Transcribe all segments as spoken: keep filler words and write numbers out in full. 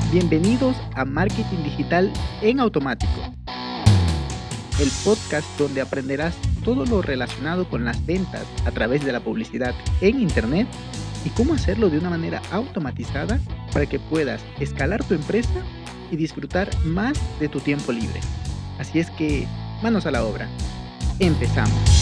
Bienvenidos a Marketing Digital en Automático, el podcast donde aprenderás todo lo relacionado con las ventas a través de la publicidad en Internet y cómo hacerlo de una manera automatizada para que puedas escalar tu empresa y disfrutar más de tu tiempo libre. Así es que, manos a la obra. Empezamos.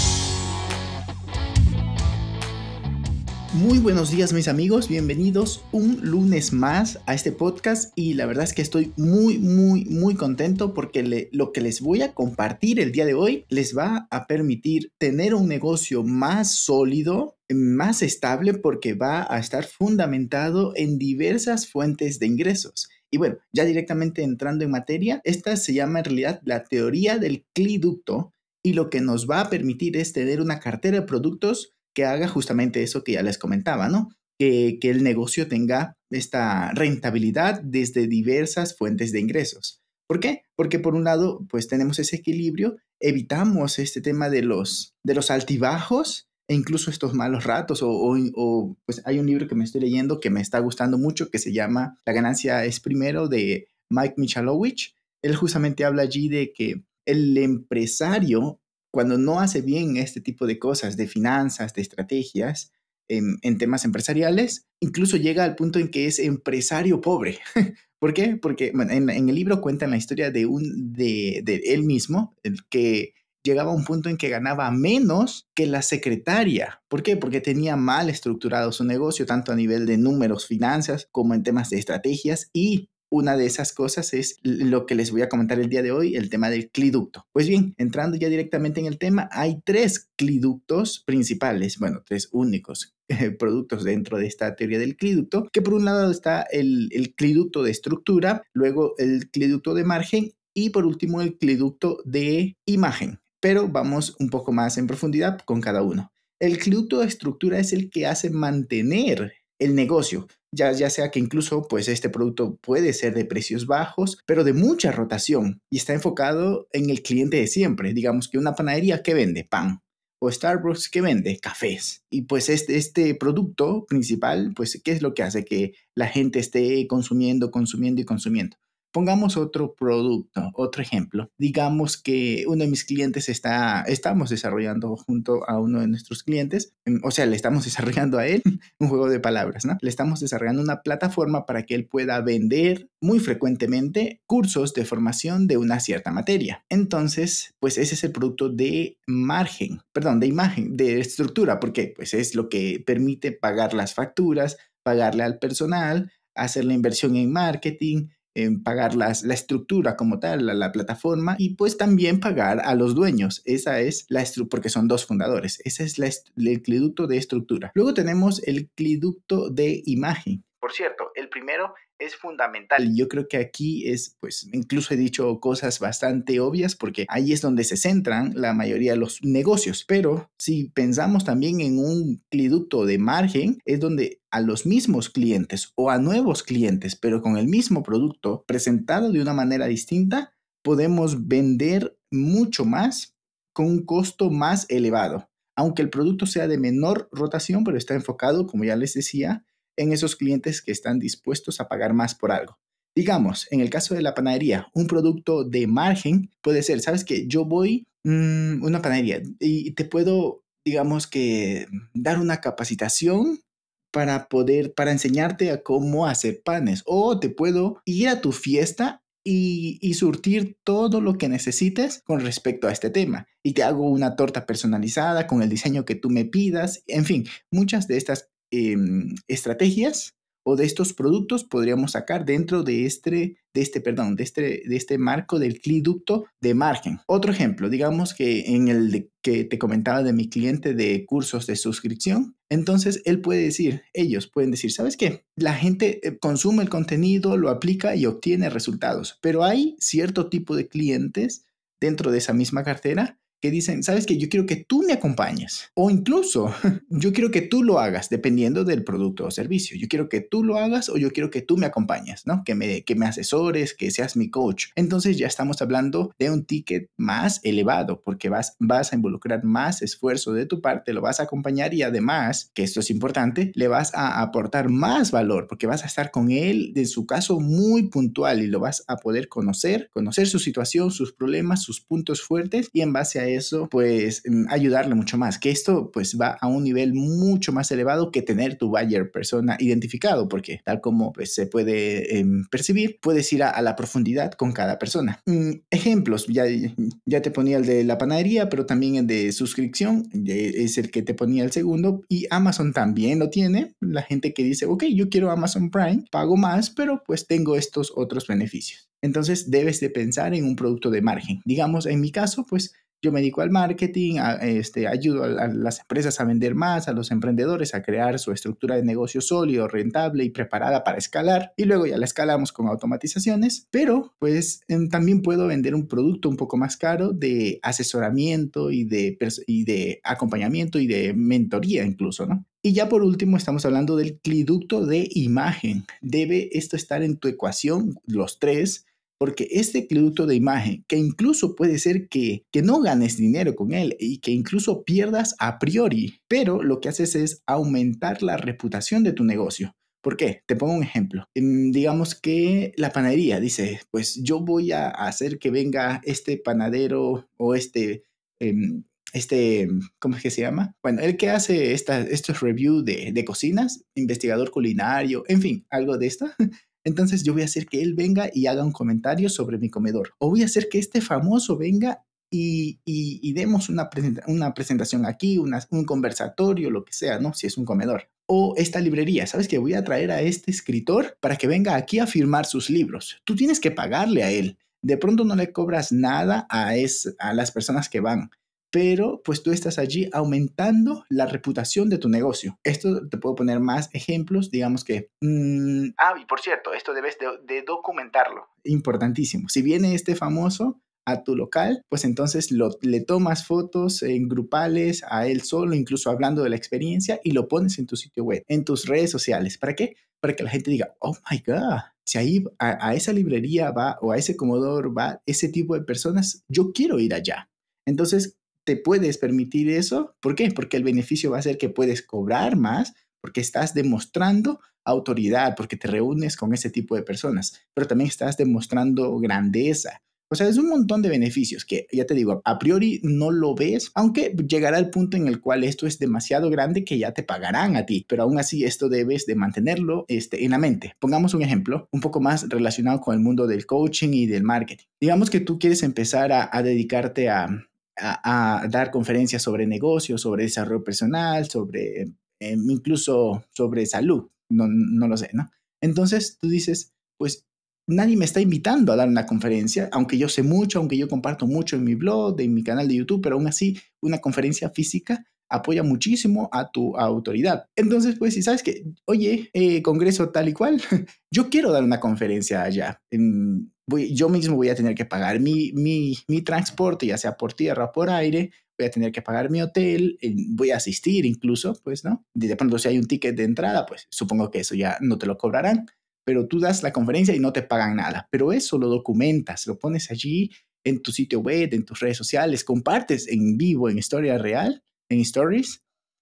Muy buenos días, mis amigos, bienvenidos un lunes más a este podcast y la verdad es que estoy muy, muy, muy contento porque le, lo que les voy a compartir el día de hoy les va a permitir tener un negocio más sólido, más estable, porque va a estar fundamentado en diversas fuentes de ingresos. Y bueno, ya directamente entrando en materia, esta se llama en realidad la teoría del cliducto y lo que nos va a permitir es tener una cartera de productos que haga justamente eso que ya les comentaba, ¿no? Que, que el negocio tenga esta rentabilidad desde diversas fuentes de ingresos. ¿Por qué? Porque por un lado, pues tenemos ese equilibrio, evitamos este tema de los, de los altibajos e incluso estos malos ratos o, o, o pues hay un libro que me estoy leyendo que me está gustando mucho que se llama La ganancia es primero, de Mike Michalowicz. Él justamente habla allí de que el empresario, cuando no hace bien este tipo de cosas, de finanzas, de estrategias, en, en temas empresariales, incluso llega al punto en que es empresario pobre. ¿Por qué? Porque bueno, en, en el libro cuentan la historia de, un, de, de él mismo, el que llegaba a un punto en que ganaba menos que la secretaria. ¿Por qué? Porque tenía mal estructurado su negocio, tanto a nivel de números, finanzas, como en temas de estrategias, y una de esas cosas es lo que les voy a comentar el día de hoy, el tema del cliducto. Pues bien, entrando ya directamente en el tema, hay tres cliductos principales, bueno, tres únicos eh, productos dentro de esta teoría del cliducto, que por un lado está el, el cliducto de estructura, luego el cliducto de margen y por último el cliducto de imagen. Pero vamos un poco más en profundidad con cada uno. El cliducto de estructura es el que hace mantener el negocio, ya, ya sea que incluso pues este producto puede ser de precios bajos, pero de mucha rotación y está enfocado en el cliente de siempre. Digamos que una panadería que vende pan o Starbucks que vende cafés. Y pues este, este producto principal, pues ¿qué es lo que hace que la gente esté consumiendo, consumiendo y consumiendo? Pongamos otro producto, otro ejemplo. Digamos que uno de mis clientes está, estamos desarrollando junto a uno de nuestros clientes, o sea, le estamos desarrollando a él un juego de palabras, ¿no? Le estamos desarrollando una plataforma para que él pueda vender muy frecuentemente cursos de formación de una cierta materia. Entonces, pues ese es el producto de margen, perdón, de imagen, de estructura, porque pues es lo que permite pagar las facturas, pagarle al personal, hacer la inversión en marketing, en pagar las, la estructura como tal, la, la plataforma, y pues también pagar a los dueños. Esa es la estructura, porque son dos fundadores. Ese es la el cliducto de estructura. Luego tenemos el cliducto de imagen. Por cierto, el primero es fundamental. Yo creo que aquí es, pues, incluso he dicho cosas bastante obvias porque ahí es donde se centran la mayoría de los negocios. Pero si pensamos también en un cliducto de margen, es donde a los mismos clientes o a nuevos clientes, pero con el mismo producto presentado de una manera distinta, podemos vender mucho más con un costo más elevado. Aunque el producto sea de menor rotación, pero está enfocado, como ya les decía, en esos clientes que están dispuestos a pagar más por algo. Digamos, en el caso de la panadería, un producto de margen puede ser, ¿sabes qué? Yo voy a mmm, una panadería y te puedo, digamos que, dar una capacitación para poder, para enseñarte a cómo hacer panes. O te puedo ir a tu fiesta y, y surtir todo lo que necesites con respecto a este tema. Y te hago una torta personalizada con el diseño que tú me pidas. En fin, muchas de estas eh, estrategias o de estos productos podríamos sacar dentro de este, de este, perdón, de este, de este marco del cliducto de margen. Otro ejemplo, digamos que en el de, que te comentaba de mi cliente de cursos de suscripción, entonces él puede decir, ellos pueden decir, ¿sabes qué? La gente consume el contenido, lo aplica y obtiene resultados, pero hay cierto tipo de clientes dentro de esa misma cartera que dicen, sabes que yo quiero que tú me acompañes o incluso yo quiero que tú lo hagas dependiendo del producto o servicio. Yo quiero que tú lo hagas o yo quiero que tú me acompañes, ¿no? Que me, que me asesores, que seas mi coach. Entonces ya estamos hablando de un ticket más elevado porque vas, vas a involucrar más esfuerzo de tu parte, lo vas a acompañar y además, que esto es importante, le vas a aportar más valor porque vas a estar con él en su caso muy puntual y lo vas a poder conocer, conocer su situación, sus problemas, sus puntos fuertes y en base a eso, pues ayudarle mucho más. Que esto pues va a un nivel mucho más elevado que tener tu buyer persona identificado porque tal como pues, se puede eh, percibir, puedes ir a, a la profundidad con cada persona. Mm, ejemplos, ya, ya te ponía el de la panadería, pero también el de suscripción, es el que te ponía el segundo y Amazon también lo tiene. La gente que dice, ok, yo quiero Amazon Prime, pago más, pero pues tengo estos otros beneficios. Entonces debes de pensar en un producto de margen. Digamos, en mi caso, pues yo me dedico al marketing, a, este, ayudo a, a las empresas a vender más, a los emprendedores a crear su estructura de negocio sólido, rentable y preparada para escalar. Y luego ya la escalamos con automatizaciones, pero pues em, también puedo vender un producto un poco más caro de asesoramiento y de, y de acompañamiento y de mentoría incluso, ¿no? Y ya por último estamos hablando del cliducto de imagen. Debe esto estar en tu ecuación, los tres, porque este cliducto de imagen, que incluso puede ser que, que no ganes dinero con él y que incluso pierdas a priori, pero lo que haces es aumentar la reputación de tu negocio. ¿Por qué? Te pongo un ejemplo. Digamos que la panadería dice, pues yo voy a hacer que venga este panadero o este... Eh, este, ¿cómo es que se llama? Bueno, el que hace esta, estos reviews de, de cocinas, investigador culinario, en fin, algo de esto. Entonces yo voy a hacer que él venga y haga un comentario sobre mi comedor. O voy a hacer que este famoso venga y, y, y demos una, presenta una presentación aquí, una, un conversatorio, lo que sea, ¿no? Si es un comedor. O esta librería, ¿sabes qué? Voy a traer a este escritor para que venga aquí a firmar sus libros. Tú tienes que pagarle a él. De pronto no le cobras nada a, es, a las personas que van, pero pues tú estás allí aumentando la reputación de tu negocio. Esto te puedo poner más ejemplos, digamos que... Mmm, ah, y por cierto, esto debes de, de documentarlo. Importantísimo. Si viene este famoso a tu local, pues entonces lo, le tomas fotos en grupales a él solo, incluso hablando de la experiencia y lo pones en tu sitio web, en tus redes sociales. ¿Para qué? Para que la gente diga, oh my God, si ahí a, a esa librería va o a ese comedor va ese tipo de personas, yo quiero ir allá. Entonces, te puedes permitir eso. ¿Por qué? Porque el beneficio va a ser que puedes cobrar más, porque estás demostrando autoridad, porque te reúnes con ese tipo de personas, pero también estás demostrando grandeza. O sea, es un montón de beneficios que, ya te digo, a priori no lo ves, aunque llegará el punto en el cual esto es demasiado grande que ya te pagarán a ti, pero aún así esto debes de mantenerlo este, en la mente. Pongamos un ejemplo un poco más relacionado con el mundo del coaching y del marketing. Digamos que tú quieres empezar a, a dedicarte a... A, a dar conferencias sobre negocios, sobre desarrollo personal, sobre eh, incluso sobre salud, no, no lo sé, ¿no? Entonces tú dices, pues nadie me está invitando a dar una conferencia, aunque yo sé mucho, aunque yo comparto mucho en mi blog, en mi canal de YouTube, pero aún así una conferencia física apoya muchísimo a tu autoridad. Entonces, pues, si sabes que, oye, eh, congreso tal y cual, yo quiero dar una conferencia allá. En, voy, yo mismo voy a tener que pagar mi, mi, mi transporte, ya sea por tierra o por aire, voy a tener que pagar mi hotel, eh, voy a asistir incluso, pues, ¿no? De pronto, si hay un ticket de entrada, pues supongo que eso ya no te lo cobrarán, pero tú das la conferencia y no te pagan nada. Pero eso lo documentas, lo pones allí en tu sitio web, en tus redes sociales, compartes en vivo, en historia real, en stories,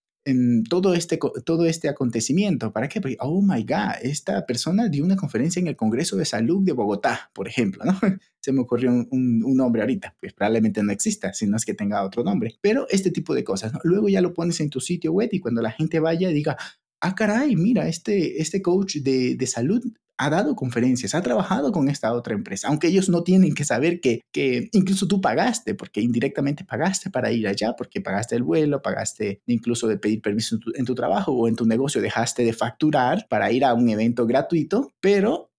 en todo este, todo este acontecimiento. ¿Para qué? Porque, oh my God, esta persona dio una conferencia en el Congreso de Salud de Bogotá, por ejemplo, ¿no? Se me ocurrió un, un, un nombre ahorita, pues probablemente no exista, si no es que tenga otro nombre. Pero este tipo de cosas, ¿no? Luego ya lo pones en tu sitio web y cuando la gente vaya diga, ah, caray, mira, este, este coach de, de salud ha dado conferencias, ha trabajado con esta otra empresa, aunque ellos no tienen que saber que, que incluso tú pagaste, porque indirectamente pagaste para ir allá, porque pagaste el vuelo, pagaste incluso de pedir permiso en tu, en tu trabajo o en tu negocio, dejaste de facturar para ir a un evento gratuito, pero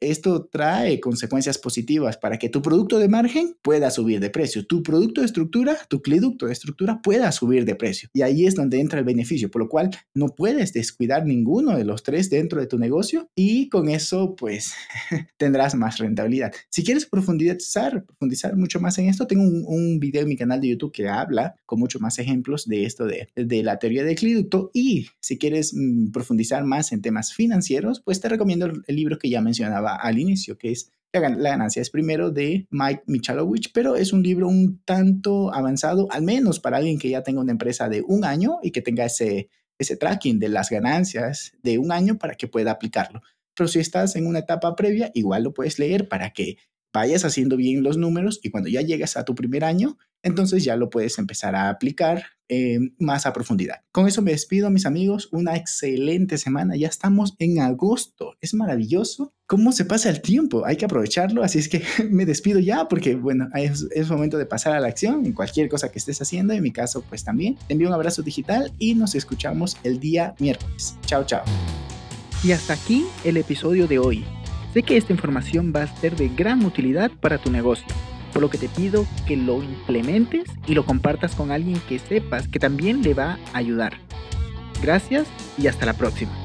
esto trae consecuencias positivas para que tu producto de margen pueda subir de precio, tu producto de estructura, tu cliducto de estructura pueda subir de precio. Y ahí es donde entra el beneficio, por lo cual no puedes descuidar ninguno de los tres dentro de tu negocio y con eso pues tendrás más rentabilidad. Si quieres profundizar, profundizar mucho más en esto, tengo un, un video en mi canal de YouTube que habla con mucho más ejemplos de esto de, de la teoría del cliducto, y si quieres mmm, profundizar más en temas financieros, pues te recomiendo el, el libro que ya mencionaba al inicio, que es La ganancia es primero, de Mike Michalowicz, pero es un libro un tanto avanzado, al menos para alguien que ya tenga una empresa de un año y que tenga ese, ese tracking de las ganancias de un año para que pueda aplicarlo. Pero si estás en una etapa previa, igual lo puedes leer para que vayas haciendo bien los números y cuando ya llegas a tu primer año, entonces ya lo puedes empezar a aplicar eh, más a profundidad. Con eso me despido, mis amigos. Una excelente semana. Ya estamos en agosto. Es maravilloso cómo se pasa el tiempo. Hay que aprovecharlo. Así es que me despido ya porque, bueno, es, es momento de pasar a la acción en cualquier cosa que estés haciendo. En mi caso, pues también. Te envío un abrazo digital y nos escuchamos el día miércoles. Chao, chao. Y hasta aquí el episodio de hoy. Sé que esta información va a ser de gran utilidad para tu negocio, por lo que te pido que lo implementes y lo compartas con alguien que sepas que también le va a ayudar. Gracias y hasta la próxima.